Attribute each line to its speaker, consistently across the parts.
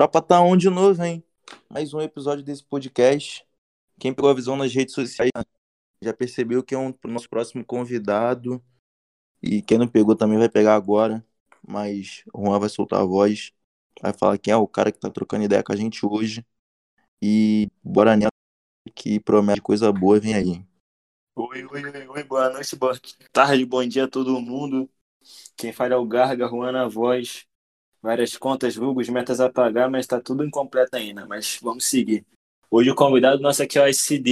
Speaker 1: Tropa tá on de novo, hein? Mais um episódio desse podcast. Quem pegou a visão nas redes sociais já percebeu que é o nosso próximo convidado. E quem não pegou também vai pegar agora. Mas o Juan vai soltar a voz. Vai falar quem é o cara que tá trocando ideia com a gente hoje. E bora nela que promete coisa boa, vem aí.
Speaker 2: Oi, boa noite, boa tarde, bom dia a todo mundo. Quem fala é o Garga, Juan na voz. Várias contas, vulgos, metas a pagar, mas tá tudo incompleto ainda, mas vamos seguir. Hoje o convidado nosso aqui é o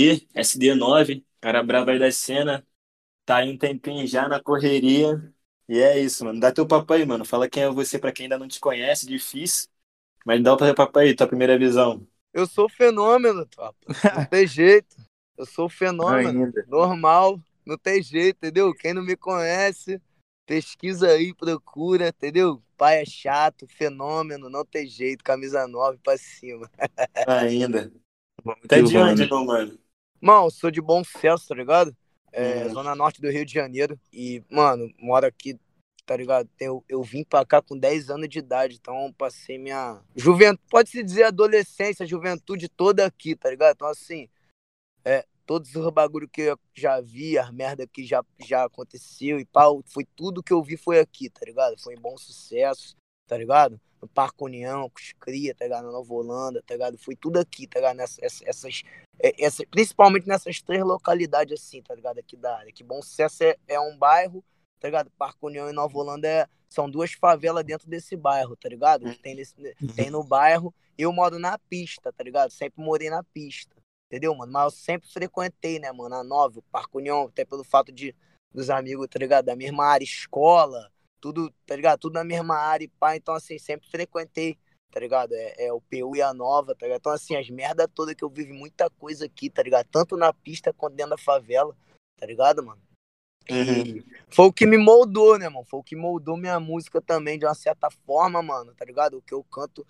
Speaker 2: SD9, cara brabo aí da cena, tá aí um tempinho já na correria. E é isso, mano. Dá teu papo aí, mano. Fala quem é você pra quem ainda não te conhece, difícil, mas dá o teu papo aí, tua primeira visão.
Speaker 3: Eu sou fenômeno, tropa. Não tem jeito. Eu sou fenômeno.
Speaker 1: Ainda.
Speaker 3: Normal. Não tem jeito, entendeu? Quem não me conhece, pesquisa aí, procura, entendeu? Pai é chato, fenômeno, não tem jeito. Camisa 9 pra cima.
Speaker 2: Ainda.
Speaker 1: Vamos
Speaker 2: Tá
Speaker 1: que
Speaker 2: de onde,
Speaker 1: vamos.
Speaker 2: meu mano?
Speaker 3: Mano, eu sou de Bom Sucesso, tá ligado?
Speaker 2: Hum.
Speaker 3: Zona Norte do Rio de Janeiro. E, mano, moro aqui, tá ligado? Eu vim pra cá com 10 anos de idade, então passei minha juventude, pode-se dizer adolescência, juventude toda aqui, tá ligado? Então, assim, todos os bagulho que eu já vi, as merda que já aconteceu e pau, foi tudo que eu vi foi aqui, tá ligado? Foi em Bom Sucesso, tá ligado? No Parque União, com os cria, tá ligado? Na Nova Holanda, tá ligado? Foi tudo aqui, tá ligado? Principalmente nessas três localidades assim, tá ligado? Aqui da área. Que Bom Sucesso é um bairro, tá ligado? Parque União e Nova Holanda são duas favelas dentro desse bairro, tá ligado? Que tem no bairro. Eu moro na pista, tá ligado? Sempre morei na pista. Entendeu, mano? Mas eu sempre frequentei, né, mano? A Nova, o Parque União, até pelo fato dos amigos, tá ligado? Da mesma área, escola, tudo, tá ligado? Tudo na mesma área e pá. Então, assim, sempre frequentei, tá ligado? O PU e a Nova, tá ligado? Então, assim, as merda toda que eu vivi muita coisa aqui, tá ligado? Tanto na pista quanto dentro da favela, tá ligado, mano? E foi o que me moldou, né, mano? Foi o que moldou minha música também, de uma certa forma, mano, tá ligado? O que eu canto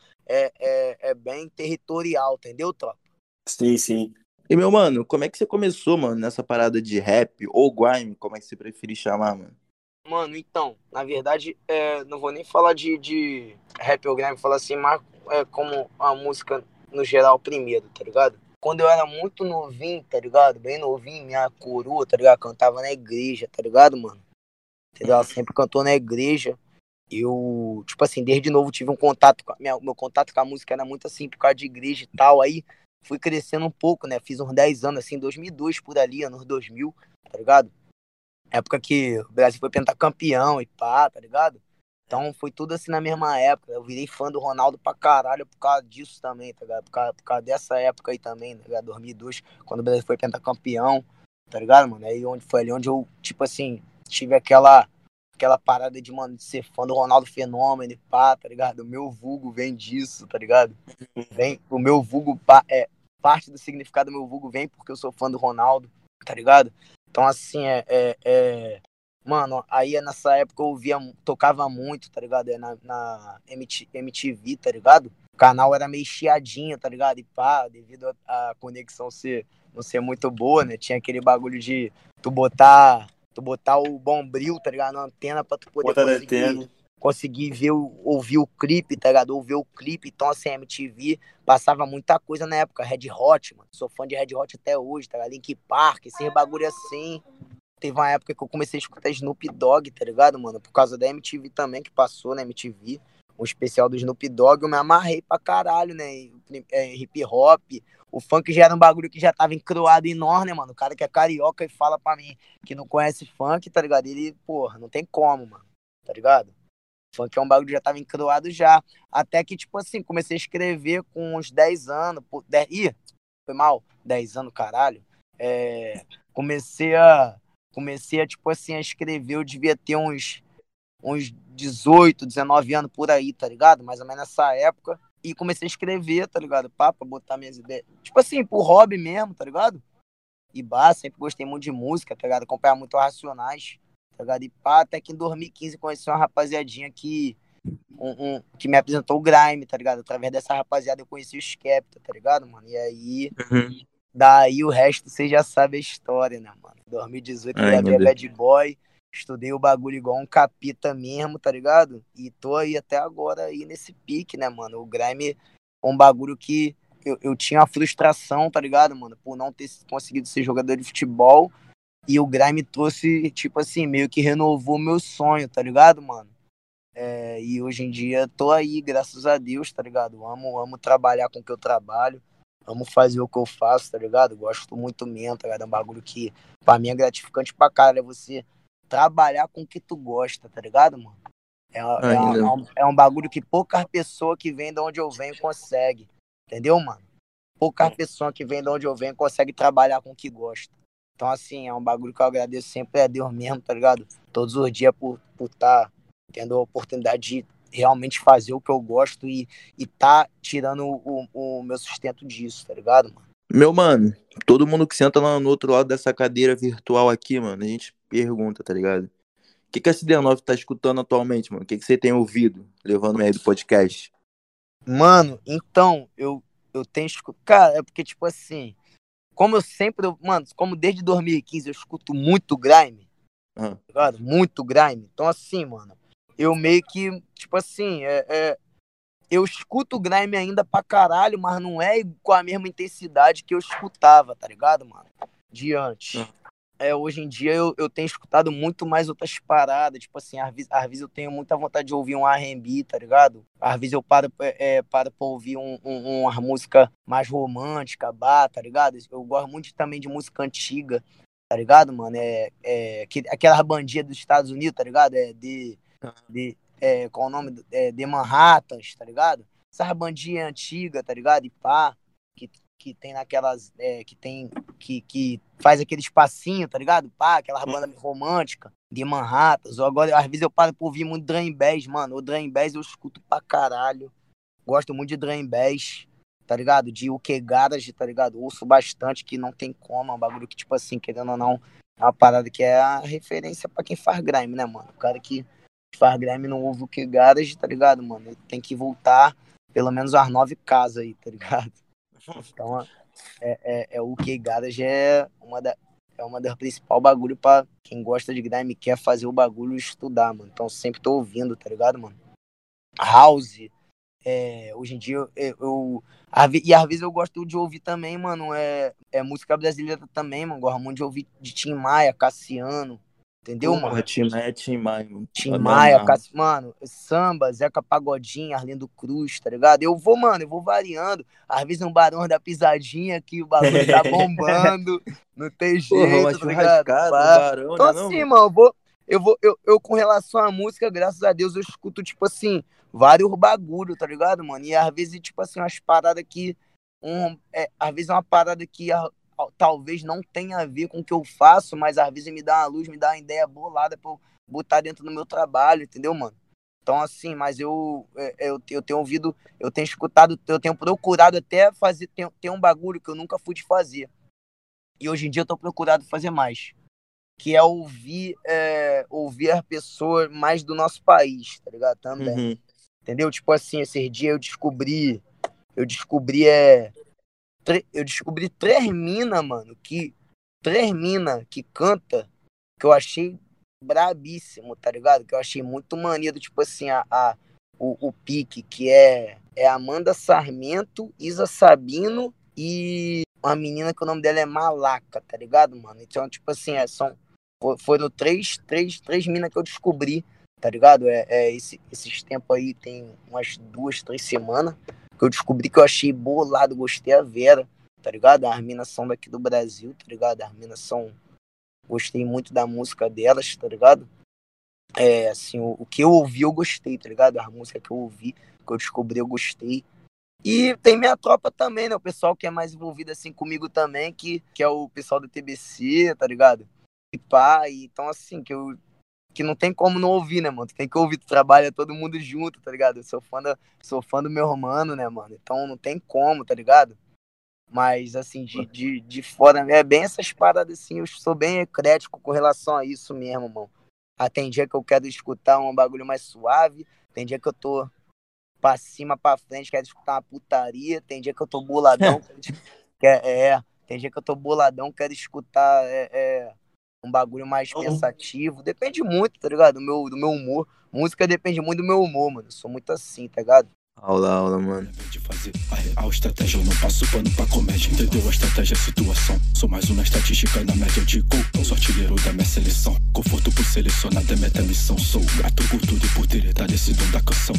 Speaker 3: é bem territorial, entendeu, tropa?
Speaker 2: Sim, sim.
Speaker 1: E, meu mano, como é que você começou, mano, nessa parada de rap ou grime, como é que você preferir chamar, mano?
Speaker 3: Mano, então, na verdade, não vou nem falar de rap ou grime, falar assim, mas como a música no geral primeiro, tá ligado? Quando eu era muito novinho, tá ligado? Bem novinho, minha coroa, tá ligado? Cantava na igreja, tá ligado, mano? Entendeu? Ela sempre cantou na igreja. Eu, tipo assim, desde novo tive um contato, meu contato com a música era muito assim, por causa de igreja e tal. Aí fui crescendo um pouco, né? Fiz uns 10 anos, assim, 2002 por ali, anos 2000, tá ligado? Época que o Brasil foi pentacampeão e pá, tá ligado? Então foi tudo assim na mesma época. Eu virei fã do Ronaldo pra caralho por causa disso também, tá ligado? Por causa dessa época aí também, tá ligado? 2002, quando o Brasil foi pentacampeão, tá ligado, mano? Aí foi ali onde eu, tipo assim, tive aquela parada de, mano, de ser fã do Ronaldo Fenômeno e pá, tá ligado? O meu vulgo vem disso, tá ligado? O meu vulgo, parte do significado do meu vulgo vem porque eu sou fã do Ronaldo, tá ligado? Então, assim, mano, aí nessa época eu tocava muito, tá ligado? Na MTV, tá ligado? O canal era meio chiadinho, tá ligado? E pá, devido a conexão não ser muito boa, né? Tinha aquele bagulho de tu botar o bombril, tá ligado? Na antena pra tu poder
Speaker 2: Bota da antena.
Speaker 3: conseguir ouvir o clipe, tá ligado? Ouvir o clipe. Então, assim, a MTV passava muita coisa na época. Red Hot, mano. Sou fã de Red Hot até hoje, tá ligado? Linkin Park, esses bagulho assim. Teve uma época que eu comecei a escutar Snoop Dogg, tá ligado, mano? Por causa da MTV também, que passou na MTV. O especial do Snoop Dogg, eu me amarrei pra caralho, né? Hip hop. O funk já era um bagulho que já tava encruado em nós, né, mano? O cara que é carioca e fala pra mim que não conhece funk, tá ligado? Ele, porra, não tem como, mano. Tá ligado? Funk é um bagulho que já tava encruado já. Até que, tipo assim, comecei a escrever com uns 10 anos. Foi mal? 10 anos, caralho. Comecei a, tipo assim, a escrever. Eu devia ter uns 18, 19 anos por aí, tá ligado? Mais ou menos nessa época. E comecei a escrever, tá ligado? Pra botar minhas ideias. Tipo assim, pro hobby mesmo, tá ligado? E sempre gostei muito de música, tá ligado? Acompanhar muito Racionais, tá ligado? E pá, até que em 2015 conheci uma rapaziadinha que me apresentou o Grime, tá ligado? Através dessa rapaziada eu conheci o Skepta, tá ligado, mano? E aí, daí o resto você já sabe a história, né, mano? Em 2018 gravei a
Speaker 1: Ainda.
Speaker 3: Bad Boy, estudei o bagulho igual um capita mesmo, tá ligado? E tô aí até agora aí nesse pique, né, mano? O Grime um bagulho que eu tinha a frustração, tá ligado, mano? Por não ter conseguido ser jogador de futebol. E o grime trouxe, tipo assim, meio que renovou meu sonho, tá ligado, mano? E hoje em dia tô aí, graças a Deus, tá ligado? Amo trabalhar com o que eu trabalho. Amo fazer o que eu faço, tá ligado? Gosto muito mesmo, tá ligado? É um bagulho que, pra mim, é gratificante pra caralho. É você trabalhar com o que tu gosta, tá ligado, mano?
Speaker 1: Ainda.
Speaker 3: É um bagulho que poucas pessoas que vêm de onde eu venho conseguem. Entendeu, mano? Poucas pessoas que vêm de onde eu venho conseguem trabalhar com o que gosta. Então, assim, é um bagulho que eu agradeço sempre a Deus mesmo, tá ligado? Todos os dias por estar tendo a oportunidade de realmente fazer o que eu gosto e tá tirando o meu sustento disso, tá ligado, mano?
Speaker 1: Meu mano, todo mundo que senta lá no outro lado dessa cadeira virtual aqui, mano, a gente pergunta, tá ligado? O que a CD9 tá escutando atualmente, mano? O que você tem ouvido, levando meio do podcast?
Speaker 3: Mano, então, eu tenho escutado. Cara, é porque, tipo assim, como eu sempre. Mano, como desde 2015 eu escuto muito grime,
Speaker 1: Ah,
Speaker 3: tá ligado? Muito grime. Então, assim, mano, eu meio que, tipo assim, eu escuto grime ainda pra caralho, mas não é com a mesma intensidade que eu escutava, tá ligado, mano? De antes.
Speaker 1: ah.
Speaker 3: Hoje em dia eu tenho escutado muito mais outras paradas, tipo assim, às vezes eu tenho muita vontade de ouvir um R&B, tá ligado? Às vezes eu paro pra ouvir uma música mais romântica, tá ligado? Eu gosto muito também de música antiga, tá ligado, mano? Aquela bandinha dos Estados Unidos, tá ligado? Qual o nome? The Manhattans, tá ligado? Essas bandinhas antigas, tá ligado? E pá, que tem naquelas. Que faz aquele espacinho, tá ligado? Pá, aquelas bandas românticas, de Manhattans. Ou agora, às vezes eu paro pra ouvir muito Drum Bass, mano. O Drum Bass eu escuto pra caralho. Gosto muito de Drum Bass, tá ligado? De UK Garage, tá ligado? Ouço bastante, que não tem como. É um bagulho que, tipo assim, querendo ou não, é uma parada que é a referência pra quem faz grime, né, mano? O cara que faz grime não ouve UK Garage, tá ligado, mano? Ele tem que voltar pelo menos às 9 casas aí, tá ligado? Então, o UK Garage é uma das principais bagulho pra quem gosta de grime e quer fazer o bagulho estudar, mano. Então sempre tô ouvindo, tá ligado, mano? House, hoje em dia e às vezes eu gosto de ouvir também, mano, música brasileira também, mano. Gosto muito de ouvir de Tim Maia, Cassiano, entendeu, mano?
Speaker 1: Porra, Tim Maia, mano.
Speaker 3: Tim
Speaker 1: Eu me
Speaker 3: Maia,
Speaker 1: amarro.
Speaker 3: mano, samba, Zeca Pagodinho, Arlindo Cruz, tá ligado? Eu vou variando. Às vezes um Barão da Pisadinha que o bagulho tá bombando, não tem
Speaker 1: Porra, uma
Speaker 3: jeito, tá ligado?
Speaker 1: churrascada do
Speaker 3: Pá.
Speaker 1: Barão,
Speaker 3: Então
Speaker 1: né não,
Speaker 3: assim,
Speaker 1: mano?
Speaker 3: mano, eu com relação à música, graças a Deus, eu escuto, tipo assim, vários bagulho, tá ligado, mano? E às vezes, tipo assim, umas paradas que, às vezes é uma parada que talvez não tenha a ver com o que eu faço, mas às vezes me dá uma luz, me dá uma ideia bolada pra eu botar dentro do meu trabalho, entendeu, mano? Então, assim, mas eu tenho ouvido, eu tenho escutado, eu tenho procurado até fazer, tem um bagulho que eu nunca fui de fazer. E hoje em dia eu tô procurado fazer mais. Que é ouvir as pessoas mais do nosso país, tá ligado? Também.
Speaker 1: Uhum.
Speaker 3: Entendeu? Tipo assim, esses dias eu descobri, eu descobri três mina, mano, três mina que canta, que eu achei brabíssimo, tá ligado? Que eu achei muito maneiro, tipo assim, o pique, que é Amanda Sarmento, Isa Sabino e uma menina que o nome dela é Malaca, tá ligado, mano? Então, tipo assim, foram três minas que eu descobri, tá ligado? Esses tempos aí, tem umas 2, 3 semanas, que eu descobri que eu achei bolado, gostei a Vera, tá ligado? As minas são daqui do Brasil, tá ligado? As minas são. Gostei muito da música delas, tá ligado? Assim, o que eu ouvi, eu gostei, tá ligado? A música que eu ouvi, que eu descobri, eu gostei. E tem minha tropa também, né? O pessoal que é mais envolvido assim comigo também, que é o pessoal do TBC, tá ligado? E pá, então assim, que não tem como não ouvir, né, mano? Tu tem que ouvir, tu trabalha todo mundo junto, tá ligado? Eu sou fã do meu mano, né, mano? Então não tem como, tá ligado? Mas, assim, de fora, é bem essas paradas, assim, eu sou bem eclético com relação a isso mesmo, mano. Tem dia que eu quero escutar um bagulho mais suave, tem dia que eu tô pra cima, pra frente, quero escutar uma putaria, tem dia que eu tô boladão, tem dia que eu tô boladão, quero escutar um bagulho mais pensativo, depende muito, tá ligado? Do meu humor. Música depende muito do meu humor, mano, eu sou muito assim, tá ligado?
Speaker 1: Aula, mano.
Speaker 4: De fazer a real estratégia, eu não passo pano pra comédia. Entendeu? A estratégia é a situação. Sou mais uma estatística na média de gol. Sou artilheiro da minha seleção. Conforto por selecionar da meta missão. Sou grato por tudo e por ter herdado esse dom da canção.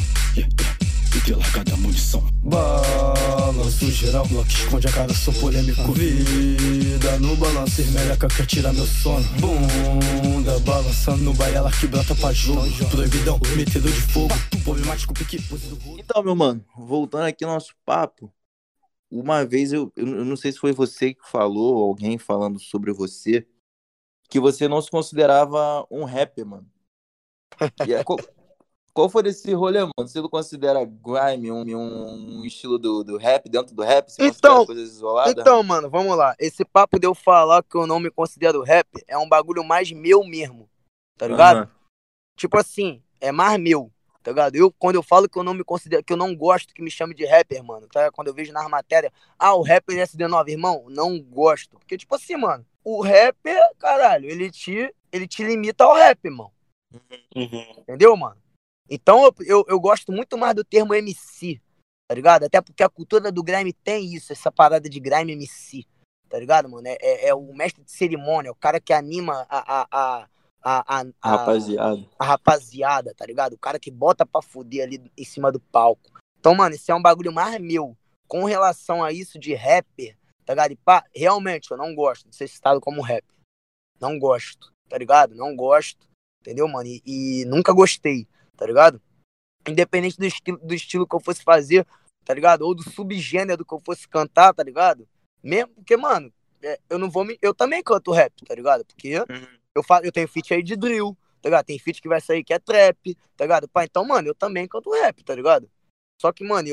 Speaker 4: E ter largado a munição. Balanço geral, bloco esconde a cara, sou polêmico. Vida no balanço, esmeleca quer tirar meu sono. Bunda balançando no baiela que brota pra jogo. Proibidão, metedor de fogo. Problemático, pique, pose do rolo.
Speaker 1: Então, meu mano, voltando aqui ao nosso papo, uma vez eu não sei se foi você que falou, ou alguém falando sobre você, que você não se considerava um rapper, mano. E qual foi esse rolê, mano? Você não considera grime um estilo do rap, dentro do rap? Você considera coisas isoladas?
Speaker 3: Então, mano, vamos lá. Esse papo de eu falar que eu não me considero rap é um bagulho mais meu mesmo, tá ligado?
Speaker 1: Aham.
Speaker 3: Tipo assim, é mais meu, tá ligado? Quando eu falo que eu não me considero, que eu não gosto que me chame de rapper, mano, tá? Quando eu vejo nas matérias, o rapper é SD9, irmão, não gosto. Porque, tipo assim, mano, o rapper, caralho, ele te limita ao rap, mano. Entendeu, mano? Então eu gosto muito mais do termo MC, tá ligado? Até porque a cultura do grime tem isso, essa parada de grime MC, tá ligado, mano? É o mestre de cerimônia, o cara que anima a
Speaker 1: Rapaziada.
Speaker 3: rapaziada, tá ligado? O cara que bota pra fuder ali em cima do palco. Então, mano, esse é um bagulho mais meu. Com relação a isso de rapper, tá ligado? E pá, realmente, eu não gosto de ser citado como rapper. Não gosto, tá ligado? Não gosto, entendeu, mano? E nunca gostei, tá ligado? Independente do estilo que eu fosse fazer, tá ligado? Ou do subgênero que eu fosse cantar, tá ligado? Mesmo porque, mano, eu também canto rap, tá ligado? Porque eu tenho feat aí de drill, tá ligado? Tem feat que vai sair que é trap, tá ligado? Pá, então, mano, eu também canto rap, tá ligado? Só que, mano,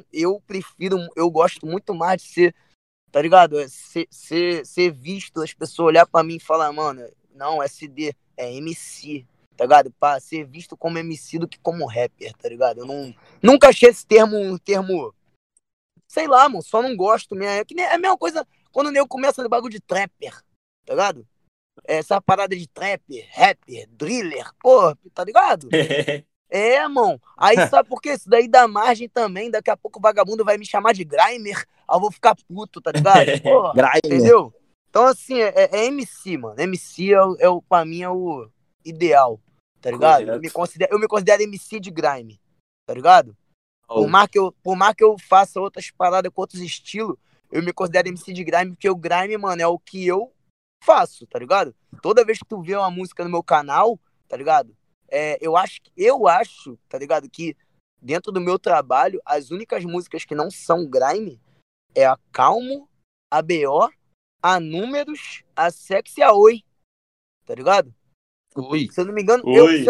Speaker 3: eu gosto muito mais de ser, tá ligado? Ser visto, as pessoas olhar pra mim e falar, mano, não, SD, é MC, tá ligado? Pra ser visto como MC do que como rapper, tá ligado? Eu nunca achei esse termo, sei lá, mano, só não gosto mesmo. É a mesma coisa quando o nego começa no bagulho de trapper, tá ligado? Essa parada de trapper, rapper, driller, pô, tá ligado? Mano. Aí sabe por quê? Isso daí dá margem também. Daqui a pouco o vagabundo vai me chamar de grimer. Aí eu vou ficar puto, tá ligado? Porra,
Speaker 1: Grimer.
Speaker 3: entendeu? Então, assim, é MC, mano. MC pra mim é o ideal, tá ligado? Eu me considero MC de grime, tá ligado? Por mais que eu faça outras paradas com outros estilos, eu me considero MC de grime, porque o grime, mano, é o que eu faço, tá ligado? Toda vez que tu vê uma música no meu canal, tá ligado? Eu acho, tá ligado? Que dentro do meu trabalho, as únicas músicas que não são grime é a Calmo, a BO, a Números, a Sexy e a Oi, tá ligado?
Speaker 1: Oi.
Speaker 3: Se eu não me engano,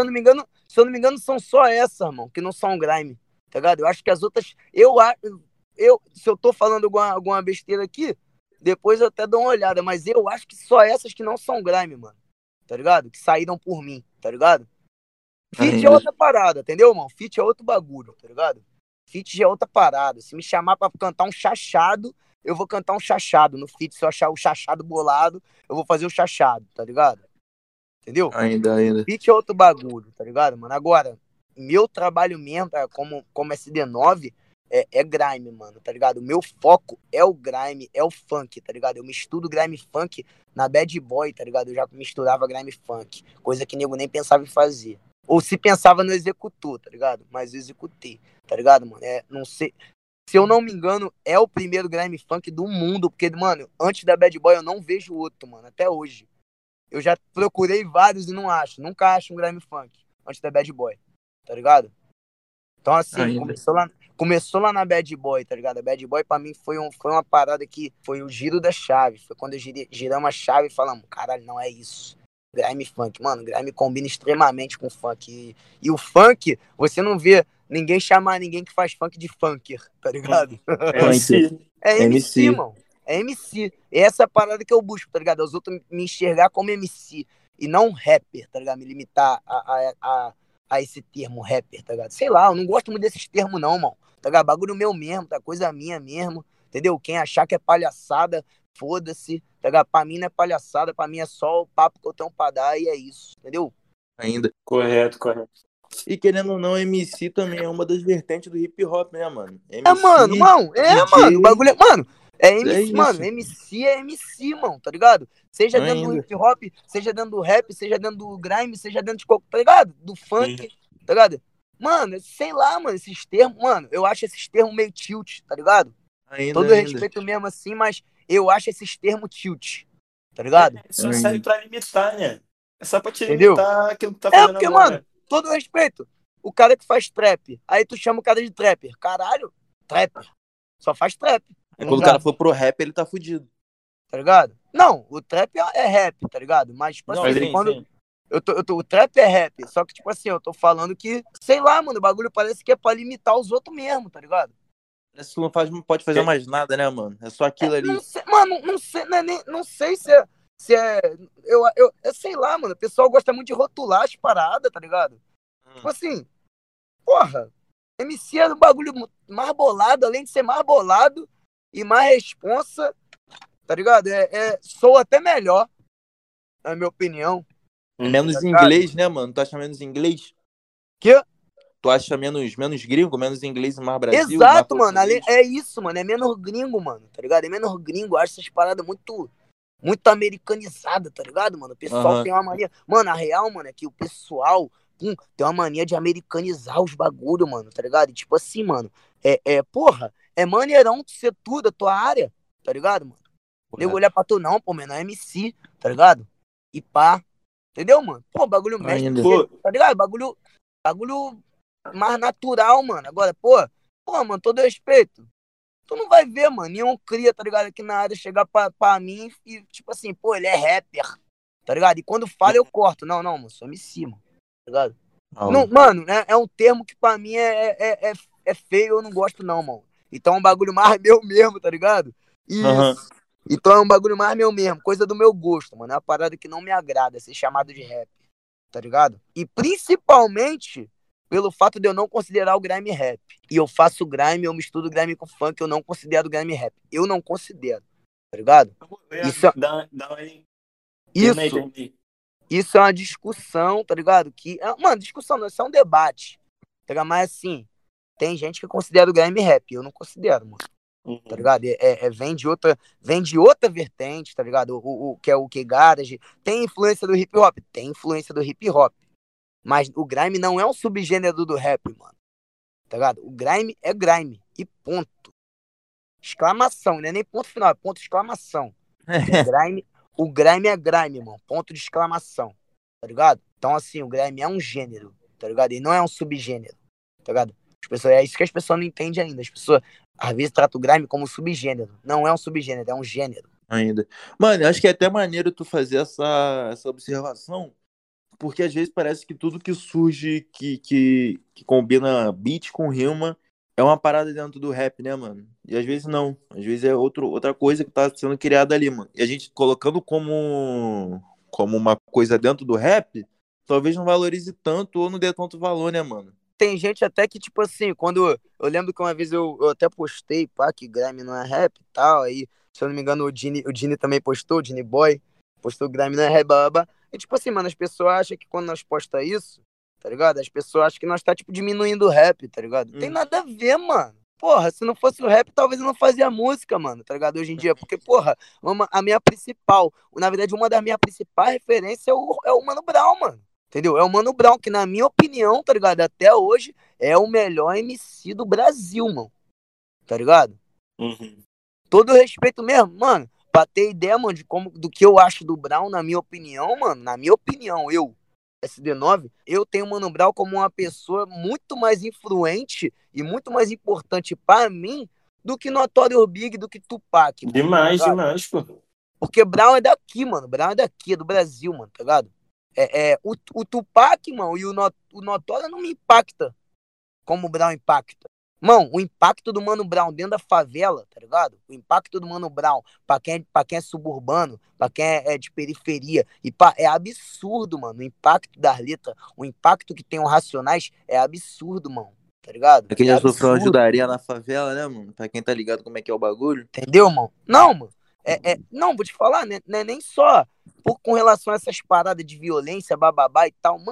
Speaker 3: são só essas, irmão, que não são grime, tá ligado? Eu acho que as outras, se eu tô falando alguma besteira aqui, depois eu até dou uma olhada, mas eu acho que só essas que não são grime, mano, tá ligado? Que saíram por mim, tá ligado? Feat é outra parada, entendeu, mano? Feat é outro bagulho, tá ligado? Feat já é outra parada. Se me chamar pra cantar um chachado, eu vou cantar um chachado. No feat, se eu achar o chachado bolado, eu vou fazer o chachado, tá ligado? Entendeu?
Speaker 1: Ainda.
Speaker 3: Feat é outro bagulho, tá ligado, mano? Agora, meu trabalho mesmo, como SD9, é grime, mano, tá ligado? O meu foco é o grime, é o funk, tá ligado? Eu misturo grime e funk na Bad Boy, tá ligado? Eu já misturava grime e funk, coisa que nego nem pensava em fazer. Ou se pensava, não executou, tá ligado? Mas eu executei, tá ligado, mano? Não sei. Se eu não me engano, é o primeiro grime funk do mundo, porque, mano, antes da Bad Boy eu não vejo outro, mano, até hoje. Eu já procurei vários e não acho. Nunca acho um grime funk antes da Bad Boy, tá ligado? Então, assim, começou lá na Bad Boy, tá ligado? A Bad Boy, pra mim, foi uma parada que foi o giro da chave. Foi quando giramos a chave e falamos, caralho, não é isso. Grime funk, mano, grime combina extremamente com funk. E o funk, você não vê ninguém chamar ninguém que faz funk de funker, tá ligado? É MC, mano. É MC. E essa é a parada que eu busco, tá ligado? Os outros me enxergar como MC e não rapper, tá ligado? Me limitar a esse termo rapper, tá ligado? Sei lá, eu não gosto muito desses termos não, mano. Tá ligado? Bagulho meu mesmo, tá? Coisa minha mesmo, entendeu? Quem achar que é palhaçada, foda-se, tá ligado? Pra mim não é palhaçada, pra mim é só o papo que eu tenho pra dar e é isso, entendeu?
Speaker 1: Ainda.
Speaker 2: Correto.
Speaker 1: E querendo ou não, MC também é uma das vertentes do hip hop, né, mano?
Speaker 3: Mano,
Speaker 1: DJ,
Speaker 3: o bagulho é, mano, é
Speaker 1: é
Speaker 3: MC, mano,
Speaker 1: isso.
Speaker 3: MC é MC, mano, tá ligado? Seja dentro do
Speaker 1: Ainda.
Speaker 3: hip hop, seja dentro do rap, seja dentro do grime, seja dentro de qualquer, tá ligado? Do funk, tá ligado? Mano, sei lá, mano, esses termos, mano, eu acho esses termos meio tilt, tá ligado? Todo respeito mesmo assim, mas eu acho esses termos tilt, tá ligado?
Speaker 2: Só serve pra limitar, né? É só pra te
Speaker 3: Entendeu?
Speaker 2: limitar aquilo que tá fazendo
Speaker 3: porque,
Speaker 2: agora.
Speaker 3: mano, todo respeito. O cara que faz trap, aí tu chama o cara de trapper. Caralho, trapper. Só faz trap. Tá
Speaker 1: Quando o cara for pro rap, ele tá fudido.
Speaker 3: Tá ligado? Não, o trap é rap, tá ligado? Mas, tipo
Speaker 1: Não,
Speaker 3: assim,
Speaker 1: sim,
Speaker 3: quando.
Speaker 2: sim.
Speaker 3: O trap é rap, só que, tipo assim, eu tô falando que, sei lá, mano, o bagulho parece que é pra limitar os outros mesmo, tá ligado?
Speaker 1: Parece que tu não pode fazer mais nada, né, mano? É só aquilo ali.
Speaker 3: Não sei, mano, não sei, não sei se é eu sei lá, mano, o pessoal gosta muito de rotular as paradas, tá ligado? Tipo assim, porra, MC é um bagulho mais bolado, além de ser mais bolado e mais responsa, tá ligado? Soa até melhor, na minha opinião.
Speaker 1: Menos
Speaker 3: Tá ligado?
Speaker 1: inglês, né, mano? Tu acha menos inglês?
Speaker 3: Que?
Speaker 1: Tu acha menos gringo, menos inglês e mais Brasil?
Speaker 3: Exato,
Speaker 1: mais
Speaker 3: mano. É isso, mano. É menos gringo, mano. Tá ligado? É menos gringo. Eu acho essas paradas muito americanizadas, tá ligado, mano? O pessoal tem uma mania. Mano, a real, mano, é que o pessoal tem uma mania de americanizar os bagulho, mano, tá ligado? E tipo assim, mano. Porra, é maneirão de ser tudo, a tua área, tá ligado, mano? Nego olhar pra tu, não, pô, menor MC, tá ligado? E pá. Entendeu, mano? Pô, bagulho mestre, tá ligado? Bagulho mais natural, mano. Agora, pô, mano, todo respeito. Tu não vai ver, mano, nenhum cria, tá ligado, aqui na área chegar pra mim e, tipo assim, pô, ele é rapper, tá ligado? E quando fala, eu corto. Não, mano, sou MC, mano, tá ligado? Não, mano, é um termo que pra mim é feio, eu não gosto não, mano. Então é um bagulho mais meu mesmo, tá ligado? Isso. Então é um bagulho mais meu mesmo, coisa do meu gosto, mano. É uma parada que não me agrada, ser chamado de rap, tá ligado? E principalmente pelo fato de eu não considerar o grime rap. E eu faço grime, eu misturo grime com funk, eu não considero grime rap. Eu não considero, tá ligado? Isso é uma discussão, tá ligado? Mano, discussão não, isso é um debate. Tá ligado? Mas assim, tem gente que considera o grime rap, eu não considero, mano. Tá ligado? Vem de outra vertente, tá ligado? O que é o que garage. Tem influência do hip hop? Tem influência do hip hop. Mas o grime não é um subgênero do rap, mano. Tá ligado? O grime é grime. E ponto. Exclamação, não é nem ponto final, é ponto de exclamação. O grime é grime, mano. Ponto de exclamação. Tá ligado? Então, assim, o grime é um gênero, tá ligado? E não é um subgênero, tá ligado? É isso que as pessoas não entendem ainda. As pessoas, às vezes, tratam o grime como subgênero. Não é um subgênero, é um gênero.
Speaker 1: Ainda. Mano, eu acho que é até maneiro tu fazer essa observação, porque às vezes parece que tudo que surge que combina beat com rima é uma parada dentro do rap, né, mano? E às vezes não. Às vezes é outra coisa que tá sendo criada ali, mano. E a gente colocando como uma coisa dentro do rap, talvez não valorize tanto ou não dê tanto valor, né, mano?
Speaker 3: Tem gente até que, tipo assim, quando... Eu lembro que uma vez eu até postei, pá, que grime não é rap e tal, aí, se eu não me engano, o Dini também postou, o Dini Boy, postou grime não é rap, babá. E, tipo assim, mano, as pessoas acham que quando nós posta isso, tá ligado? As pessoas acham que nós tá, tipo, diminuindo o rap, tá ligado? Tem nada a ver, mano. Porra, se não fosse o rap, talvez eu não fazia música, mano, tá ligado? Hoje em dia, porque, porra, a minha principal, na verdade, uma das minhas principais referências é o Mano Brown, mano. Entendeu? É o Mano Brown, que na minha opinião, tá ligado? Até hoje, é o melhor MC do Brasil, mano. Tá ligado? Todo respeito mesmo, mano. Pra ter ideia, mano, do que eu acho do Brown, na minha opinião, mano. Na minha opinião, eu, SD9, eu tenho o Mano Brown como uma pessoa muito mais influente e muito mais importante pra mim do que Notorious Big, do que Tupac. Mano,
Speaker 2: demais, pô.
Speaker 3: Porque Brown é daqui, mano. Brown é daqui, é do Brasil, mano, tá ligado? O Tupac, mano, e o Notório não me impacta como o Brown impacta. Mano, o impacto do Mano Brown dentro da favela, tá ligado? O impacto do Mano Brown pra quem é suburbano, pra quem é de periferia, é absurdo, mano. O impacto das letras, o impacto que tem o Racionais é absurdo, mano. Tá ligado?
Speaker 1: Pra quem já sofreu uma ajudaria na favela, né, mano? Pra quem tá ligado como é que é o bagulho.
Speaker 3: Entendeu, mano? Não, mano. Não, vou te falar, né? Não é nem só com relação a essas paradas de violência, bababá e tal, mano.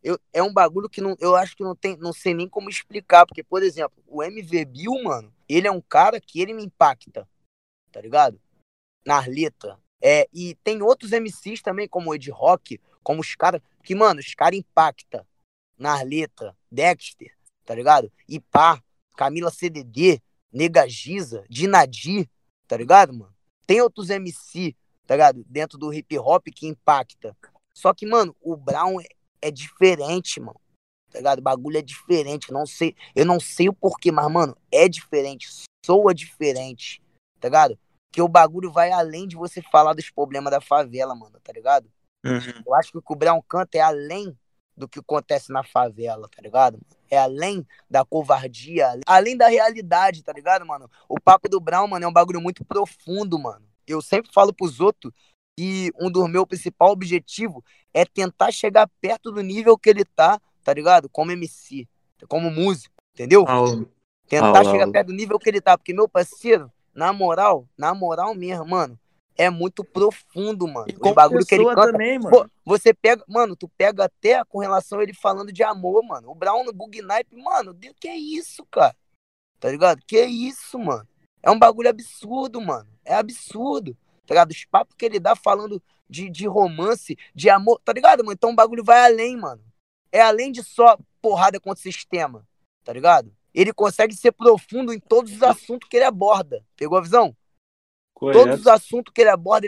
Speaker 3: é um bagulho que não, eu acho que não tem, não sei nem como explicar, porque, por exemplo, o MV Bill, mano, ele é um cara que ele me impacta, tá ligado? Nas letras. E tem outros MCs também, como o Ed Rock, como os caras, que, mano, os caras impactam nas letras. Dexter, tá ligado? E pá, Camila CDD, Nega Giza, Dinadi, tá ligado, mano? Tem outros MC, tá ligado? Dentro do hip hop que impacta. Só que, mano, o Brown é diferente, mano. Tá ligado? O bagulho é diferente. Eu não sei o porquê, mas, mano, é diferente. Soa diferente. Tá ligado? Porque o bagulho vai além de você falar dos problemas da favela, mano, tá ligado?
Speaker 1: Uhum.
Speaker 3: Eu acho que o que o Brown canta é além do que acontece na favela, tá ligado? É além da covardia, além da realidade, tá ligado, mano? O papo do Brown, mano, é um bagulho muito profundo, mano. Eu sempre falo pros outros que um dos meus principais objetivos é tentar chegar perto do nível que ele tá ligado? Como MC, como músico, entendeu?
Speaker 1: Aula.
Speaker 3: Tentar chegar perto do nível que ele tá, porque meu parceiro, na moral mesmo, mano, é muito profundo, mano.
Speaker 1: E
Speaker 3: Os
Speaker 1: como
Speaker 3: bagulho que ele
Speaker 1: pessoa
Speaker 3: canta.
Speaker 1: também,
Speaker 3: Pô,
Speaker 1: mano.
Speaker 3: você pega, mano, tu pega até com relação a ele falando de amor, mano. O Brown no Bug Nipe, mano, que isso, cara? Tá ligado? Que isso, mano? É um bagulho absurdo, mano. É absurdo. Tá ligado? Os papos que ele dá falando de romance, de amor, tá ligado, mano? Então o bagulho vai além, mano. É além de só porrada contra o sistema, tá ligado? Ele consegue ser profundo em todos os assuntos que ele aborda. Pegou a visão? Todos os
Speaker 2: Correto.
Speaker 3: assuntos que ele aborda,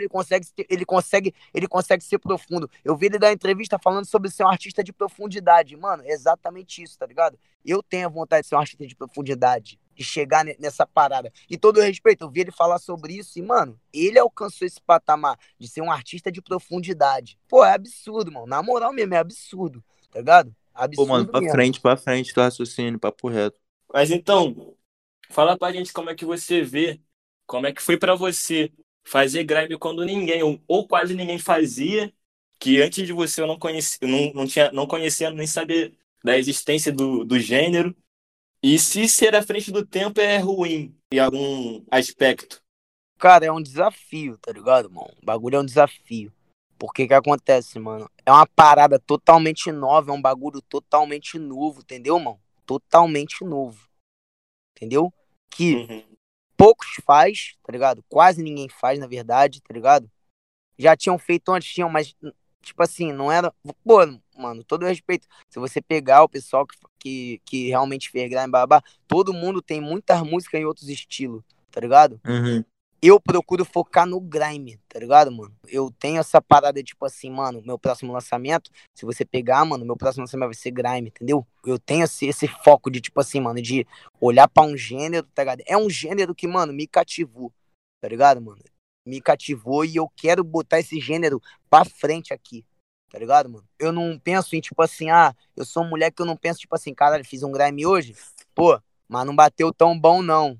Speaker 3: ele consegue ser profundo. Eu vi ele dar entrevista falando sobre ser um artista de profundidade. Mano, é exatamente isso, tá ligado? Eu tenho a vontade de ser um artista de profundidade, de chegar nessa parada. E todo respeito, eu vi ele falar sobre isso e, mano, ele alcançou esse patamar de ser um artista de profundidade. Pô, é absurdo, mano. Na moral mesmo, é absurdo, tá ligado?
Speaker 1: Pô, mano,
Speaker 3: Absurdo mesmo.
Speaker 1: pra frente, do raciocínio, papo reto.
Speaker 2: Mas então, fala pra gente como é que você vê, como é que foi pra você fazer grime quando ninguém, ou quase ninguém fazia, que antes de você eu não conhecia, não conhecia nem sabia da existência do gênero. E se ser à frente do tempo é ruim em algum aspecto.
Speaker 3: Cara, é um desafio, tá ligado, mano? O bagulho é um desafio. Porque que acontece, mano? É uma parada totalmente nova, é um bagulho totalmente novo, entendeu, mano? Totalmente novo, entendeu? Que
Speaker 2: Uhum.
Speaker 3: poucos faz, tá ligado? Quase ninguém faz, na verdade, tá ligado? Já tinham feito antes, mas, tipo assim, não era... Pô, mano, todo respeito. Se você pegar o pessoal que realmente fez grime, babá, todo mundo tem muitas músicas em outros estilos, tá ligado?
Speaker 1: Uhum.
Speaker 3: Eu procuro focar no grime, tá ligado, mano? Eu tenho essa parada, tipo assim, mano, meu próximo lançamento, se você pegar, mano, meu próximo lançamento vai ser grime, entendeu? Eu tenho esse foco de, tipo assim, mano, de olhar pra um gênero, tá ligado? É um gênero que, mano, me cativou, tá ligado, mano? Me cativou e eu quero botar esse gênero pra frente aqui, tá ligado, mano? Eu não penso em, tipo assim, eu sou mulher que eu não penso, tipo assim, caralho, fiz um grime hoje, pô, mas não bateu tão bom, não.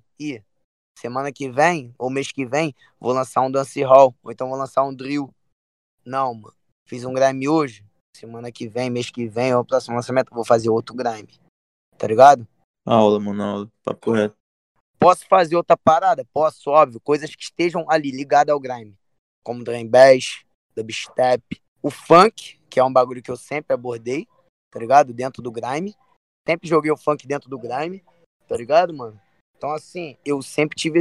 Speaker 3: Semana que vem, ou mês que vem, vou lançar um dancehall, ou então vou lançar um drill. Não, mano. Fiz um grime hoje, semana que vem, mês que vem, ou próximo lançamento, vou fazer outro grime. Tá ligado?
Speaker 1: Aula, mano, aula. Papo reto.
Speaker 3: Posso fazer outra parada? Posso, óbvio. Coisas que estejam ali ligadas ao grime. Como drum bass, dubstep. O funk, que é um bagulho que eu sempre abordei, tá ligado? Dentro do grime. Sempre joguei o funk dentro do grime, tá ligado, mano? Então, assim, eu sempre tive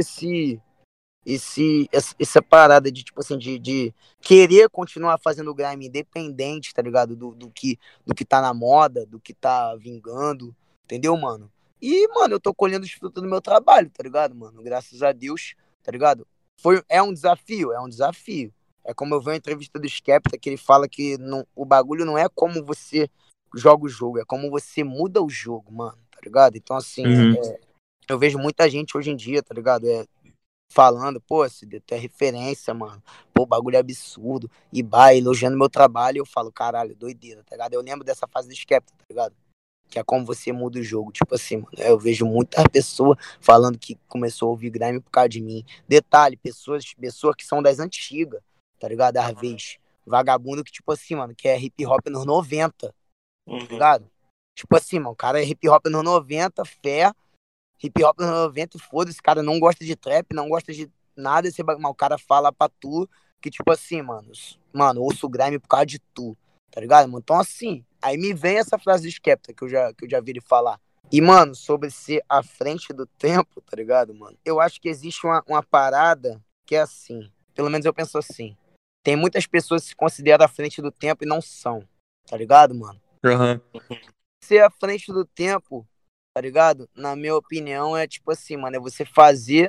Speaker 3: essa parada de, tipo assim, de querer continuar fazendo grime independente, tá ligado? Do que tá na moda, do que tá vingando, entendeu, mano? E, mano, eu tô colhendo os frutos do meu trabalho, tá ligado, mano? Graças a Deus, tá ligado? É um desafio, é um desafio. É como eu vi a entrevista do Skepta, que ele fala que o bagulho não é como você joga o jogo, é como você muda o jogo, mano, tá ligado? Então, assim,
Speaker 1: Uhum.
Speaker 3: eu vejo muita gente hoje em dia, tá ligado? Falando, pô, CD, tu é referência, mano. Pô, o bagulho é absurdo. E elogiando meu trabalho, eu falo, caralho, doideira, tá ligado? Eu lembro dessa fase do Skepta, tá ligado? Que é como você muda o jogo. Tipo assim, mano, eu vejo muitas pessoas falando que começou a ouvir grime por causa de mim. Detalhe, pessoas que são das antigas, tá ligado? Às vezes. Vagabundo que, tipo assim, mano, que é hip hop nos 90, tá
Speaker 2: Uhum.
Speaker 3: ligado? Tipo assim, mano, o cara é hip hop nos 90, fé. Hip hop nos 90 e foda-se, cara não gosta de trap, não gosta de nada, mas o cara fala pra tu que, tipo assim, mano, ouço grime por causa de tu, tá ligado, mano? Então, assim, Aí me vem essa frase do Skepta que eu já vi ele falar. E, mano, sobre ser à frente do tempo, tá ligado, mano? Eu acho que existe uma parada que é assim. Pelo menos eu penso assim. Tem muitas pessoas que se consideram à frente do tempo e não são, tá ligado, mano?
Speaker 1: Aham.
Speaker 3: Ser à frente do tempo, tá ligado? Na minha opinião, é tipo assim, mano, é você fazer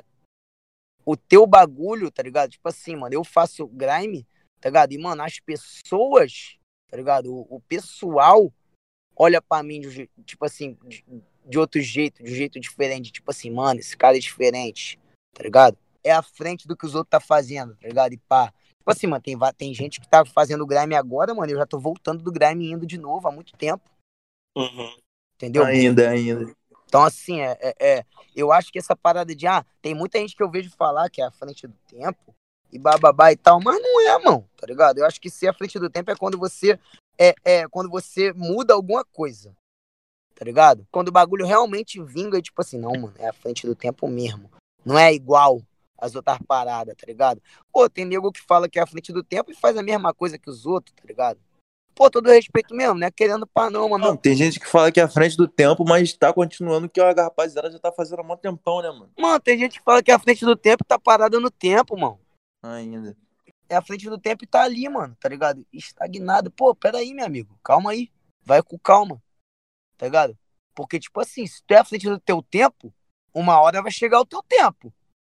Speaker 3: o teu bagulho, tá ligado? Tipo assim, mano, eu faço grime, tá ligado? E, mano, as pessoas, tá ligado? O pessoal olha pra mim, tipo assim, de outro jeito, de um jeito diferente. Tipo assim, mano, esse cara é diferente, tá ligado? É à frente do que os outros tá fazendo, tá ligado? E pá. Tipo assim, mano, tem gente que tá fazendo grime agora, mano, eu já tô voltando do grime indo de novo há muito tempo,
Speaker 2: Uhum.
Speaker 3: entendeu?
Speaker 1: Ainda.
Speaker 3: Então, assim, eu acho que essa parada de, tem muita gente que eu vejo falar que é à frente do tempo e bababá e tal, mas não é, mano, tá ligado? Eu acho que ser à frente do tempo é quando você quando você muda alguma coisa, tá ligado? Quando o bagulho realmente vinga, tipo assim, não, mano, é à frente do tempo mesmo. Não é igual as outras paradas, tá ligado? Pô, tem nego que fala que é à frente do tempo e faz a mesma coisa que os outros, tá ligado? Pô, todo respeito mesmo, né? Querendo pá não, mano.
Speaker 1: Não, tem gente que fala que é à frente do tempo, mas tá continuando que a rapaziada já tá fazendo há muito tempão, né, mano?
Speaker 3: Mano, tem gente que fala que é à frente do tempo e tá parada no tempo, mano.
Speaker 1: Ainda.
Speaker 3: É à frente do tempo e tá ali, mano, tá ligado? Estagnado. Pô, peraí, meu amigo. Calma aí. Vai com calma, tá ligado? Porque, tipo assim, se tu é à frente do teu tempo, uma hora vai chegar o teu tempo,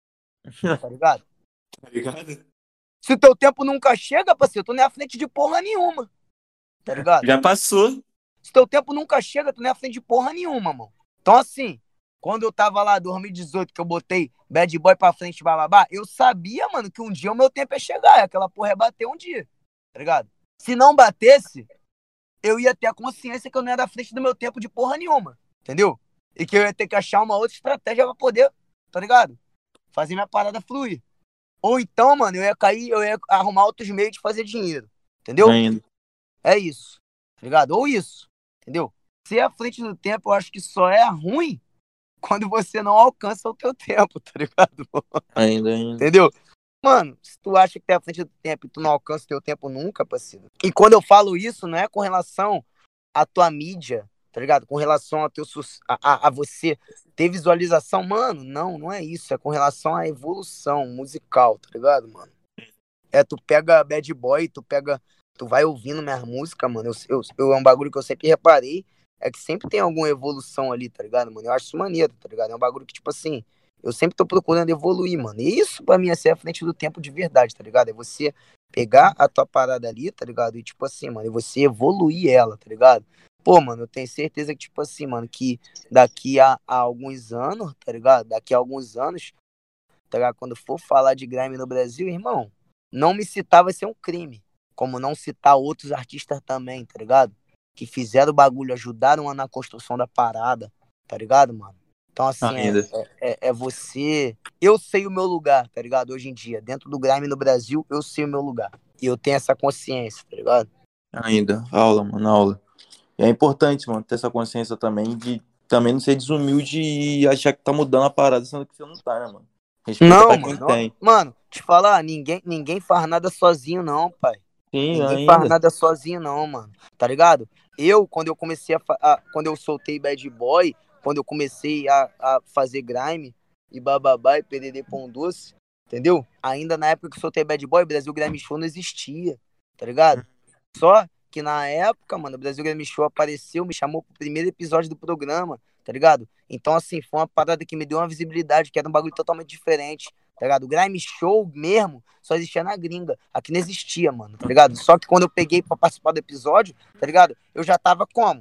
Speaker 3: tá ligado?
Speaker 2: Tá ligado?
Speaker 3: Se o teu tempo nunca chega, parceiro, tu não é à frente de porra nenhuma, tá ligado?
Speaker 2: Já passou.
Speaker 3: Se teu tempo nunca chega, tu não é à frente de porra nenhuma, mano. Então, assim, quando eu tava lá, 2018, que eu botei Bad Boy pra frente, bababá, eu sabia, mano, que um dia o meu tempo ia chegar, aquela porra ia bater um dia, tá ligado? Se não batesse, eu ia ter a consciência que eu não era à frente do meu tempo de porra nenhuma, entendeu? E que eu ia ter que achar uma outra estratégia pra poder, tá ligado? Fazer minha parada fluir. Ou então, mano, eu ia arrumar outros meios de fazer dinheiro, entendeu?
Speaker 1: Ainda.
Speaker 3: É isso, tá ligado? Ou isso, entendeu? Ser à frente do tempo, eu acho que só é ruim quando você não alcança o teu tempo, tá ligado?
Speaker 1: Ainda.
Speaker 3: Entendeu? Mano, se tu acha que tá à frente do tempo e tu não alcança o teu tempo nunca, parceiro. E quando eu falo isso, não é com relação à tua mídia, tá ligado? Com relação ao teu a você ter visualização, mano, não é isso. É com relação à evolução musical, tá ligado, mano? Tu pega Bad Boy, tu vai ouvindo minhas músicas, mano. É um bagulho que eu sempre reparei, é que sempre tem alguma evolução ali, tá ligado, mano? Eu acho isso maneiro, tá ligado? É um bagulho que, tipo assim, eu sempre tô procurando evoluir, mano. E isso pra mim é ser à frente do tempo de verdade, tá ligado? É você pegar a tua parada ali, tá ligado? E, tipo assim, mano, e você evoluir ela, tá ligado? Pô, mano, eu tenho certeza que, tipo assim, mano, que daqui a alguns anos, tá ligado? Daqui a alguns anos, tá ligado? Quando for falar de grime no Brasil, irmão, não me citar vai ser um crime. Como não citar outros artistas também, tá ligado? Que fizeram o bagulho, ajudaram na construção da parada, tá ligado, mano? Então, assim,
Speaker 1: Ainda.
Speaker 3: é você... Eu sei o meu lugar, tá ligado? Hoje em dia, dentro do grime no Brasil, eu sei o meu lugar. E eu tenho essa consciência, tá ligado?
Speaker 1: Ainda. Aula, mano, aula. E é importante, mano, ter essa consciência também de também não ser desumilde e achar que tá mudando a parada, sendo que você não tá, né, mano? Respeita
Speaker 3: Não,
Speaker 1: pra quem
Speaker 3: mano.
Speaker 1: tem.
Speaker 3: Mano, te falar, ninguém faz nada sozinho, não, pai.
Speaker 1: Sim,
Speaker 3: Ninguém faz
Speaker 1: ainda.
Speaker 3: nada sozinho, não, mano. Tá ligado? Quando eu comecei quando eu soltei Bad Boy, quando eu comecei a fazer grime e bababá e PDD Pão Doce, entendeu? Ainda na época que eu soltei Bad Boy, o Brasil Grime Show não existia, tá ligado? Só que na época, mano, o Brasil Grime Show apareceu, me chamou pro primeiro episódio do programa, tá ligado? Então, assim, foi uma parada que me deu uma visibilidade, que era um bagulho totalmente diferente, tá ligado? O Grime Show mesmo só existia na gringa. Aqui não existia, mano, tá ligado? Só que quando eu peguei pra participar do episódio, tá ligado? Eu já tava como?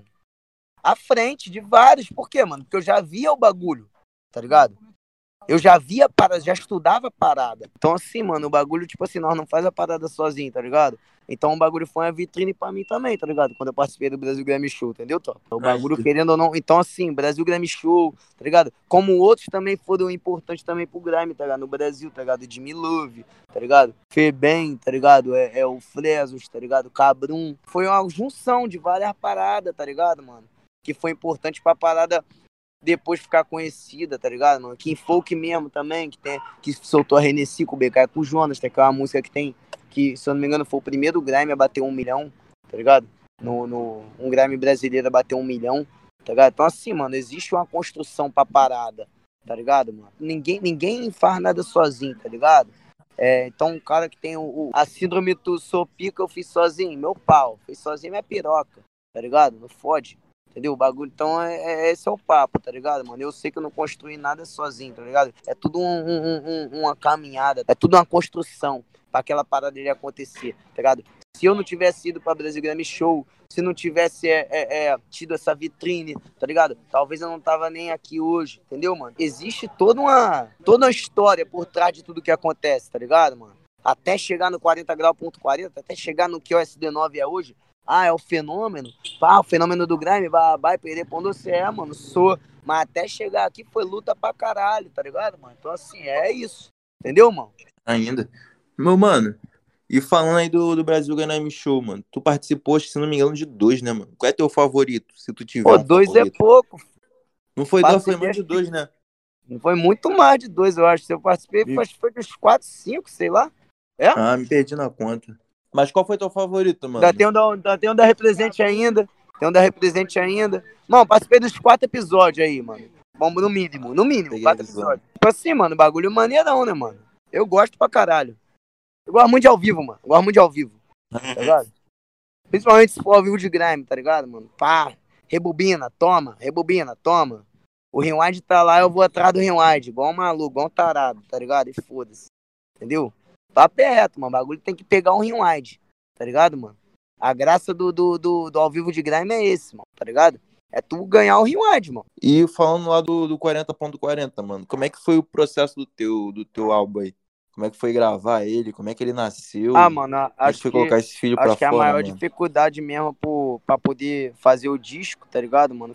Speaker 3: À frente de vários. Por quê, mano? Porque eu já via o bagulho, tá ligado? Eu já via parada, já estudava a parada. Então, assim, mano, o bagulho, tipo assim, nós não faz a parada sozinho, tá ligado? Então o bagulho foi uma vitrine pra mim também, tá ligado? Quando eu participei do Brasil Grammy Show, entendeu, Top? O bagulho, querendo ou não. Então, assim, Brasil Grammy Show, tá ligado? Como outros também foram importantes também pro Grime, tá ligado? No Brasil, tá ligado? Jimmy Love, tá ligado? Febem, tá ligado? O Fresos, tá ligado? Cabrum. Foi uma junção de várias paradas, tá ligado, mano? Que foi importante pra parada depois ficar conhecida, tá ligado, mano? Kim Folk mesmo também, que soltou a Renesci com o BK com o Jonas, que é uma música que tem, que, se eu não me engano, foi o primeiro Grime a bater 1 milhão, tá ligado? Um Grime brasileiro bateu 1 milhão, tá ligado? Então assim, mano, existe uma construção pra parada, tá ligado, mano? Ninguém faz nada sozinho, tá ligado? Então o cara que tem a síndrome do sou pica, eu fiz sozinho, meu pau, fiz sozinho minha piroca, tá ligado? Não fode. Entendeu? O bagulho, então, esse é o papo, tá ligado, mano? Eu sei que eu não construí nada sozinho, tá ligado? É tudo uma caminhada, é tudo uma construção pra aquela parada dele acontecer, tá ligado? Se eu não tivesse ido pra Brasil Grime Show, se não tivesse tido essa vitrine, tá ligado? Talvez eu não tava nem aqui hoje, entendeu, mano? Existe toda uma história por trás de tudo que acontece, tá ligado, mano? Até chegar no 40 grau.40, até chegar no que o SD9 é hoje. É o fenômeno? O fenômeno do Grime, vai perder pra onde você mano, sou. Mas até chegar aqui foi luta pra caralho, tá ligado, mano? Então, assim, é isso. Entendeu, mano?
Speaker 1: Ainda. Meu, mano, e falando aí do Brasil Grime Show, mano, tu participou, se não me engano, de 2, né, mano? Qual é teu favorito, se tu tiver um
Speaker 3: 2
Speaker 1: favorito?
Speaker 3: é pouco.
Speaker 1: Não foi 2, foi mais de 2, né?
Speaker 3: Não foi muito mais de 2, eu acho. Se eu participei, acho que foi dos 4, 5, sei lá.
Speaker 1: Me perdi na conta. Mas qual foi teu favorito, mano?
Speaker 3: Ainda tem um da Represente ainda. Mano, participei dos 4 episódios aí, mano. Vamos no mínimo, 4 episódios. Tipo assim, mano, bagulho maneirão, né, mano? Eu gosto pra caralho. Eu gosto muito de ao vivo, mano. Tá ligado? Principalmente se for ao vivo de Grime, tá ligado, mano? Rebobina, toma. O Rewind tá lá, eu vou atrás do Rewind. Igual um maluco, igual um tarado, tá ligado? E foda-se. Entendeu? Papo é reto, mano. O bagulho tem que pegar um Rewind, tá ligado, mano? A graça do ao vivo de Grime é esse, mano, tá ligado? É tu ganhar o Rewind, mano.
Speaker 1: E falando lá do 40.40, mano, como é que foi o processo do teu álbum aí? Como é que foi gravar ele? Como é que ele nasceu?
Speaker 3: Mano,
Speaker 1: acho que colocar esse filho pra fora,
Speaker 3: a maior
Speaker 1: mano?
Speaker 3: dificuldade mesmo pra poder fazer o disco, tá ligado, mano?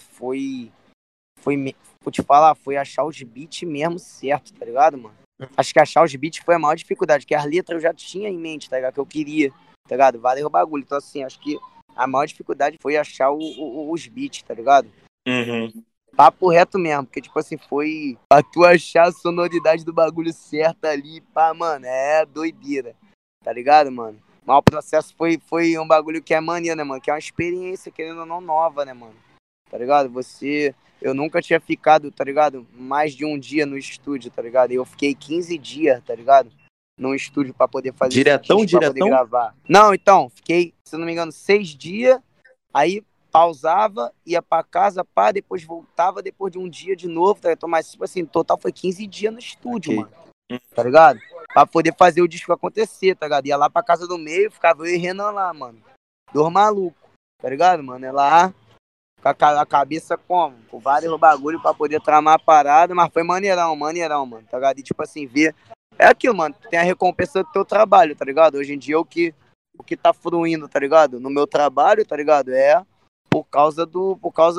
Speaker 3: Vou te falar, foi achar os beats mesmo certo, tá ligado, mano? Acho que achar os beats foi a maior dificuldade, que as letras eu já tinha em mente, tá ligado? Que eu queria, tá ligado? Vários bagulho. Então, assim, acho que a maior dificuldade foi achar os beats, tá ligado?
Speaker 2: Uhum.
Speaker 3: Papo reto mesmo, porque, tipo assim, foi pra tu achar a sonoridade do bagulho certa ali, mano, é doideira, tá ligado, mano? Mas o processo foi um bagulho que é maneiro, né, mano? Que é uma experiência, querendo ou não, nova, né, mano? Tá ligado? Eu nunca tinha ficado, tá ligado? Mais de um dia no estúdio, tá ligado? Eu fiquei 15 dias, tá ligado? No estúdio pra poder fazer
Speaker 1: diretão?
Speaker 3: Pra poder gravar. Não, então, fiquei, se não me engano, 6 dias, aí pausava, ia pra casa, depois voltava, depois de um dia de novo, tá ligado? Mas, tipo assim, total foi 15 dias no estúdio, mano. Tá ligado? Pra poder fazer o disco acontecer, tá ligado? Ia lá pra casa do meio, ficava eu e Renan lá, mano. 2 malucos, tá ligado, mano? É lá, com a cabeça como? Com vários bagulho pra poder tramar a parada, mas foi maneirão, mano, tá ligado? E tipo assim, ver. É aquilo, mano, tem a recompensa do teu trabalho, tá ligado? Hoje em dia o que tá fruindo, tá ligado? No meu trabalho, tá ligado? É por causa do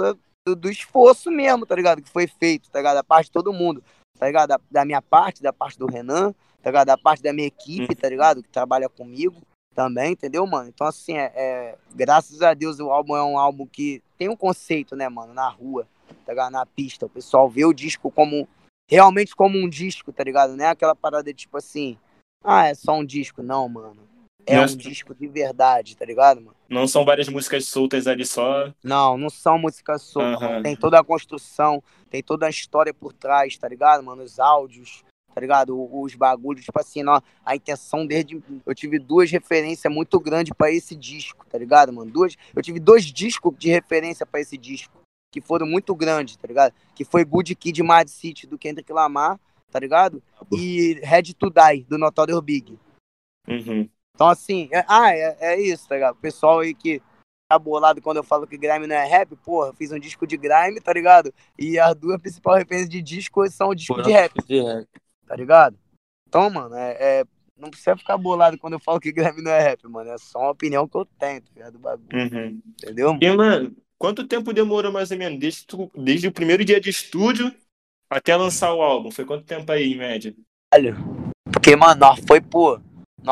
Speaker 3: esforço mesmo, tá ligado? Que foi feito, tá ligado? Da parte de todo mundo, tá ligado? Da minha parte, da parte do Renan, tá ligado? Da parte da minha equipe, tá ligado? Que trabalha comigo também, entendeu, mano? Então, assim, graças a Deus o álbum é um álbum que tem um conceito, né, mano? Na rua, tá ligado? Na pista, o pessoal vê o disco realmente como um disco, tá ligado? Não é aquela parada de, tipo assim, é só um disco. Não, mano. Um disco de verdade, tá ligado, mano?
Speaker 2: Não são várias músicas soltas ali só.
Speaker 3: Não são músicas soltas, mano. Tem toda a construção, tem toda a história por trás, tá ligado, mano? Os áudios, tá ligado? Os bagulhos, tipo assim, a intenção desde... Eu tive 2 referências muito grandes pra esse disco, tá ligado, mano? Eu tive 2 discos de referência pra esse disco, que foram muito grandes, tá ligado? Que foi Good Kid, Mad City, do Kendrick Lamar, tá ligado? E Ready to Die, do Notorious Big.
Speaker 2: Uhum.
Speaker 3: Então, assim, é isso, tá ligado? O pessoal aí que tá bolado quando eu falo que Grime não é rap, porra, eu fiz um disco de Grime, tá ligado? E as 2 principais referências de disco são o disco de rap, tá ligado? Então, mano, não precisa ficar bolado quando eu falo que Grime não é rap, mano. É só uma opinião que eu tenho, tá ligado? Do bagulho.
Speaker 2: Uhum.
Speaker 3: Entendeu, mano?
Speaker 2: E, mano, quanto tempo demorou mais ou menos? Desde o primeiro dia de estúdio até lançar o álbum? Foi quanto tempo aí, em média?
Speaker 3: Porque, mano, nós foi pro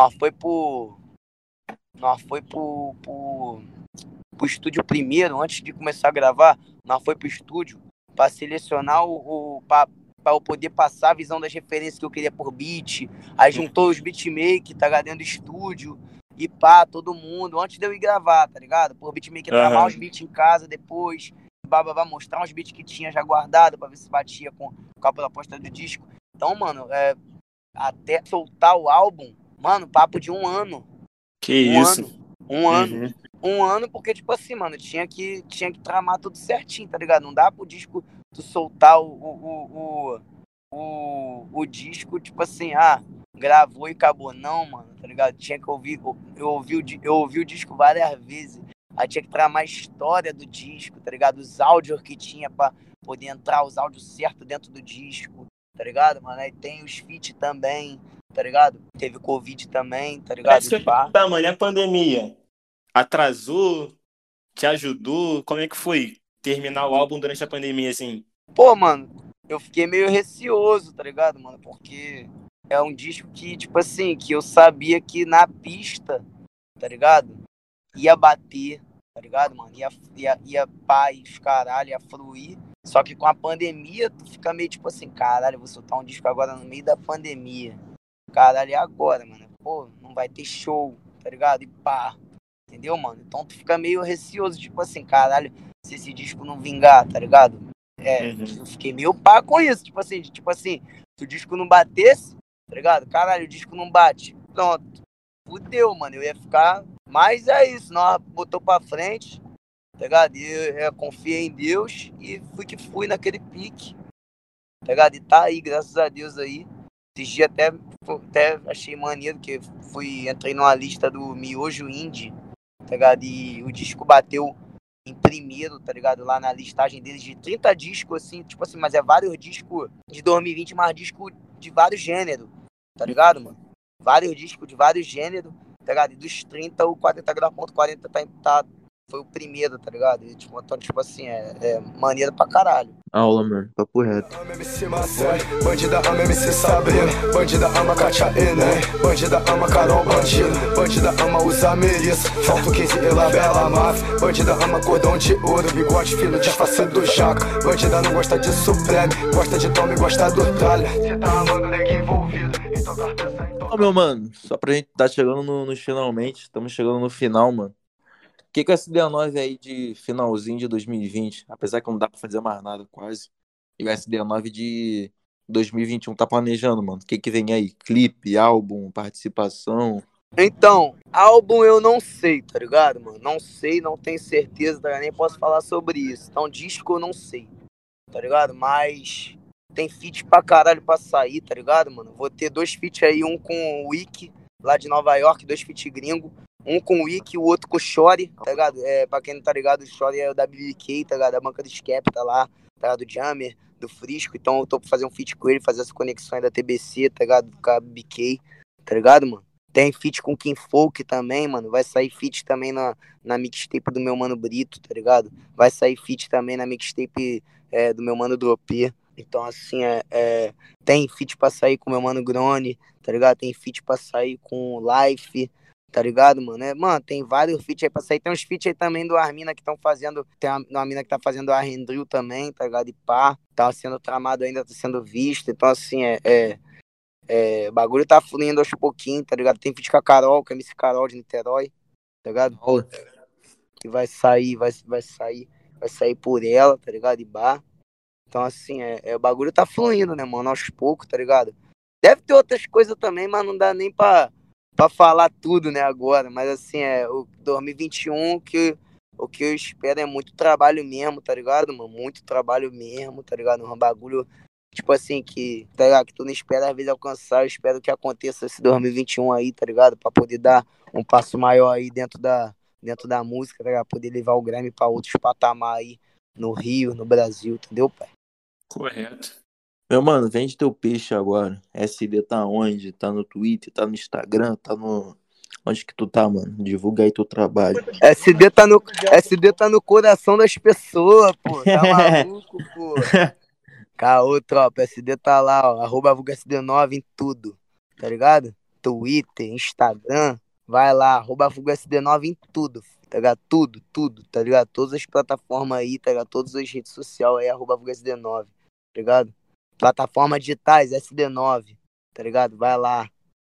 Speaker 3: estúdio primeiro, antes de começar a gravar, nós foi pro estúdio pra selecionar pra eu poder passar a visão das referências que eu queria por beat. Aí juntou os beatmakers, tá ligado, dentro do estúdio. e pá, todo mundo, antes de eu ir gravar, tá ligado? Pô, o beatmaker tramar os beats em casa depois, bababá, mostrar uns beats que tinha já guardado pra ver se batia com a proposta do disco. Então, mano, até soltar o álbum, mano, papo de um ano.
Speaker 2: Que
Speaker 3: Um
Speaker 2: isso.
Speaker 3: ano. Um ano.
Speaker 2: Uhum.
Speaker 3: Um ano, porque, tipo assim, mano, tinha que tramar tudo certinho, tá ligado? Não dá pro disco tu soltar o disco, tipo assim, gravou e acabou. Não, mano, tá ligado? Tinha que ouvir, eu ouvi o disco várias vezes. Aí tinha que tramar a história do disco, tá ligado? Os áudios que tinha pra poder entrar os áudios certos dentro do disco, tá ligado, mano? Aí tem os feat também, tá ligado? Teve Covid também, tá ligado?
Speaker 2: Tá, mano, e a pandemia? Atrasou? Te ajudou? Como é que foi terminar o álbum durante a pandemia, assim?
Speaker 3: Pô, mano, eu fiquei meio receoso, tá ligado, mano? Porque é um disco que, tipo assim, que eu sabia que na pista, tá ligado? Ia bater, tá ligado, mano? Ia paz, caralho, ia fluir. Só que com a pandemia, tu fica meio tipo assim, caralho, eu vou soltar um disco agora no meio da pandemia. Caralho, é agora, mano. Pô, não vai ter show, tá ligado? E pá. Entendeu, mano? Então tu fica meio receoso, tipo assim, caralho, se esse disco não vingar, tá ligado? Eu fiquei meio pá com isso, tipo assim, se o disco não batesse, tá ligado? Caralho, o disco não bate. Pronto. Fudeu, mano. Eu ia ficar. Mas é isso, nós botou pra frente, tá ligado? E eu confiei em Deus e fui que fui naquele pique, tá ligado? E tá aí, graças a Deus aí. Esses dias até achei maneiro que entrei numa lista do Miojo Indie, tá ligado? E o disco bateu em primeiro, tá ligado? Lá na listagem deles de 30 discos, assim, tipo assim, mas é vários discos de 2020, mas discos de vários gêneros, tá ligado, mano? Vários discos de vários gêneros, tá ligado? E dos 30, o 40 graus, 40 foi o primeiro, tá ligado? E, então, tipo assim, é maneiro pra caralho.
Speaker 1: Aula, mano. Papo reto.
Speaker 5: Ama MC Marcelo, bandida ama MC Sabrina, bandida ama Katia Enem, bandida ama Carol Bandido, bandida ama usar Melissa, falta 15 ela bela máfia, bandida ama cordão de ouro, bigode fino, disfarce do jaca, bandida não gosta de Supreme, gosta de Tommy, gosta do Talha, cê tá amando nego envolvido, então tá pensando.
Speaker 1: Ô, meu mano, só pra gente tá chegando no finalmente, estamos chegando no final, mano. O que essa SDA9 aí de finalzinho de 2020, apesar que não dá pra fazer mais nada quase, e o SDA9 de 2021 tá planejando, mano? O que vem aí? Clipe, álbum, participação?
Speaker 3: Então, álbum eu não sei, tá ligado, mano? Não sei, não tenho certeza, tá ligado? Nem posso falar sobre isso. Então, disco eu não sei, tá ligado? Mas tem feat pra caralho pra sair, tá ligado, mano? Vou ter 2 feat aí, um com o Wick, lá de Nova York, 2 feat gringo. Um com o Wick e o outro com o Shorty, tá ligado? Pra quem não tá ligado, o Shorty é o da BBK, tá ligado? Da banca do Skepta lá, tá ligado? Do Jammer, do Frisco. Então eu tô pra fazer um feat com ele, fazer essa conexão aí da TBC, tá ligado? Com a BBK, tá ligado, mano? Tem feat com o Kim Folk também, mano. Vai sair feat também na mixtape do meu mano Brito, tá ligado? Vai sair feat também na mixtape do meu mano Dropê. Então, assim, tem feat pra sair com o meu mano Grone, tá ligado? Tem feat pra sair com o Life, tá ligado, mano? Mano, tem vários feats aí pra sair. Tem uns feats aí também do Armina que estão fazendo. Tem uma mina que tá fazendo a Rendril também, tá ligado? E pá, tá sendo tramado ainda, tá sendo visto. Então, assim, o bagulho tá fluindo aos pouquinhos, tá ligado? Tem feat com a Carol, com a MC Carol de Niterói, tá ligado? Que vai sair por ela, tá ligado? E bar. Então, assim, o bagulho tá fluindo, né, mano? Aos poucos, tá ligado? Deve ter outras coisas também, mas não dá nem pra falar tudo, né, agora. Mas, assim, o 2021, o que eu espero é muito trabalho mesmo, tá ligado, mano? Muito trabalho mesmo, tá ligado? Um bagulho, tipo assim, tá ligado? Que tu não espera às vezes alcançar. Eu espero que aconteça esse 2021 aí, tá ligado? Pra poder dar um passo maior aí dentro da música, tá ligado? Poder levar o Grammy pra outros patamar aí no Rio, no Brasil, entendeu, pai?
Speaker 2: Correto.
Speaker 1: Meu mano, vende teu peixe agora. SD tá onde? Tá no Twitter, tá no Instagram, tá no... Onde que tu tá, mano? Divulga aí teu trabalho.
Speaker 3: SD tá no coração das pessoas, pô. Tá maluco, pô. Caô, tropa. SD tá lá, ó. @vulgasd9 em tudo. Tá ligado? Twitter, Instagram. Vai lá, @vulgasd9 em tudo. Tá ligado? Tudo, tá ligado? Todas as plataformas aí, tá ligado? Todas as redes sociais aí, @vulgasd9. Tá ligado? Plataformas digitais, SD9. Tá ligado? Vai lá.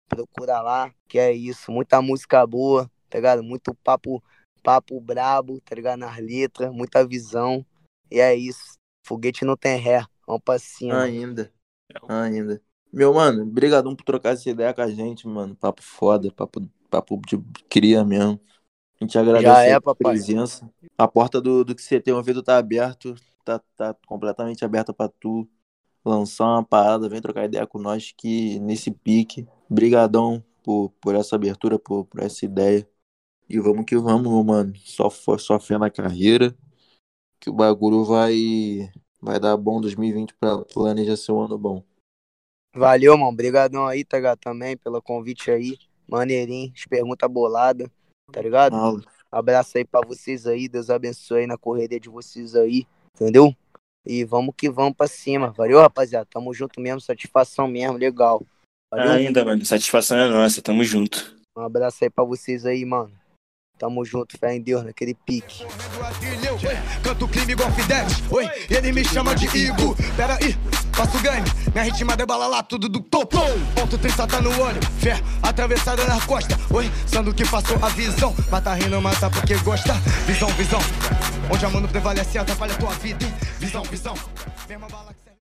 Speaker 3: Procura lá, que é isso. Muita música boa, tá ligado? Muito papo brabo, tá ligado? Nas letras, muita visão. E é isso. Foguete não tem ré. Vamos pra cima.
Speaker 1: Ainda. Meu, mano, brigadão por trocar essa ideia com a gente, mano. Papo foda, papo de cria mesmo. A gente agradece a presença. A porta do que você tem ouvido tá aberto, tá completamente aberta pra tu lançar uma parada, vem trocar ideia com nós que nesse pique. Brigadão por essa abertura, por essa ideia. E vamos que vamos, meu mano. Só fé na carreira, que o bagulho vai dar bom 2020 pra planejar ser um ano bom.
Speaker 3: Valeu, mano. Obrigadão aí, tá ligado? Também pelo convite aí. Maneirinho, as perguntas boladas, tá ligado? Abraço aí pra vocês aí. Deus abençoe aí na correria de vocês aí, entendeu? E vamos que vamos pra cima. Valeu, rapaziada? Tamo junto mesmo, satisfação mesmo, legal. Valeu?
Speaker 2: Ainda, mano. Satisfação é nossa, tamo junto.
Speaker 3: Um abraço aí pra vocês aí, mano. Tamo junto, fé em Deus, naquele pique.
Speaker 5: Canto crime igual Fidelis, oi, ele me chama de Igor. Pera aí, faço game, minha ritmada é bala lá, tudo do topo. Ponto 30 tá no olho, fé, atravessada nas costas. Oi, sendo que passou a visão, mata rindo, mata porque gosta. Visão, onde a mano prevalece, atrapalha tua vida, hein? Visão, mesma bala que